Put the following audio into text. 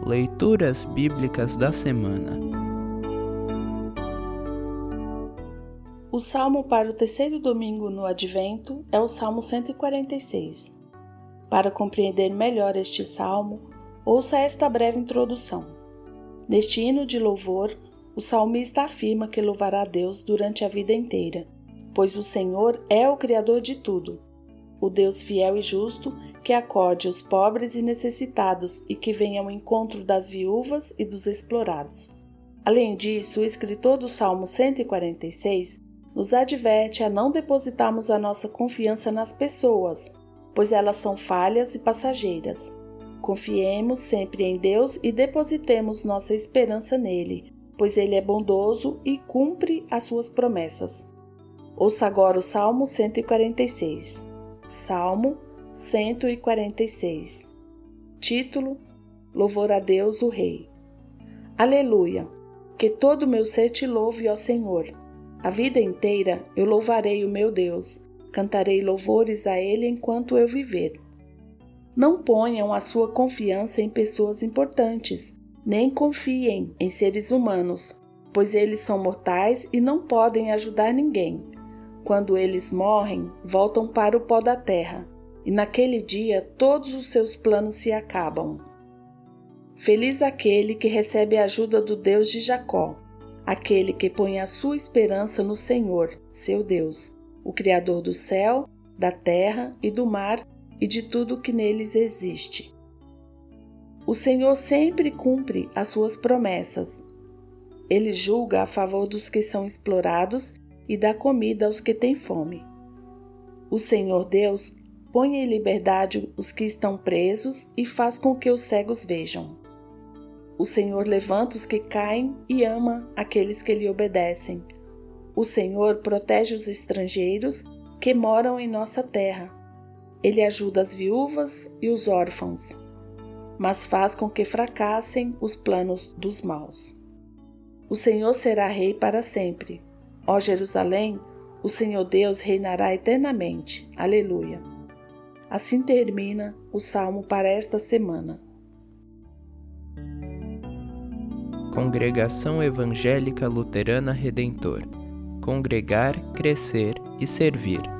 Leituras Bíblicas da Semana. O salmo para o terceiro domingo no Advento é o Salmo 146. Para compreender melhor este salmo, ouça esta breve introdução. Neste hino de louvor, o salmista afirma que louvará a Deus durante a vida inteira, pois o Senhor é o Criador de tudo, o Deus fiel e justo que acode os pobres e necessitados e que vem ao encontro das viúvas e dos explorados. Além disso, o escritor do Salmo 146 nos adverte a não depositarmos a nossa confiança nas pessoas, pois elas são falhas e passageiras. Confiemos sempre em Deus e depositemos nossa esperança nele, pois ele é bondoso e cumpre as suas promessas. Ouça agora o Salmo 146. Salmo 146. Título: Louvor a Deus, o Rei. Aleluia! Que todo o meu ser te louve, ó Senhor. A vida inteira eu louvarei o meu Deus, cantarei louvores a Ele enquanto eu viver. Não ponham a sua confiança em pessoas importantes, nem confiem em seres humanos, pois eles são mortais e não podem ajudar ninguém. Quando eles morrem, voltam para o pó da terra, e naquele dia todos os seus planos se acabam. Feliz aquele que recebe a ajuda do Deus de Jacó, aquele que põe a sua esperança no Senhor, seu Deus, o Criador do céu, da terra e do mar e de tudo que neles existe. O Senhor sempre cumpre as suas promessas. Ele julga a favor dos que são explorados e dá comida aos que têm fome. O Senhor Deus põe em liberdade os que estão presos e faz com que os cegos vejam. O Senhor levanta os que caem e ama aqueles que lhe obedecem. O Senhor protege os estrangeiros que moram em nossa terra. Ele ajuda as viúvas e os órfãos, mas faz com que fracassem os planos dos maus. O Senhor será rei para sempre. Ó Jerusalém, o Senhor Deus reinará eternamente. Aleluia! Assim termina o salmo para esta semana. Congregação Evangélica Luterana Redentor. Congregar, crescer e servir.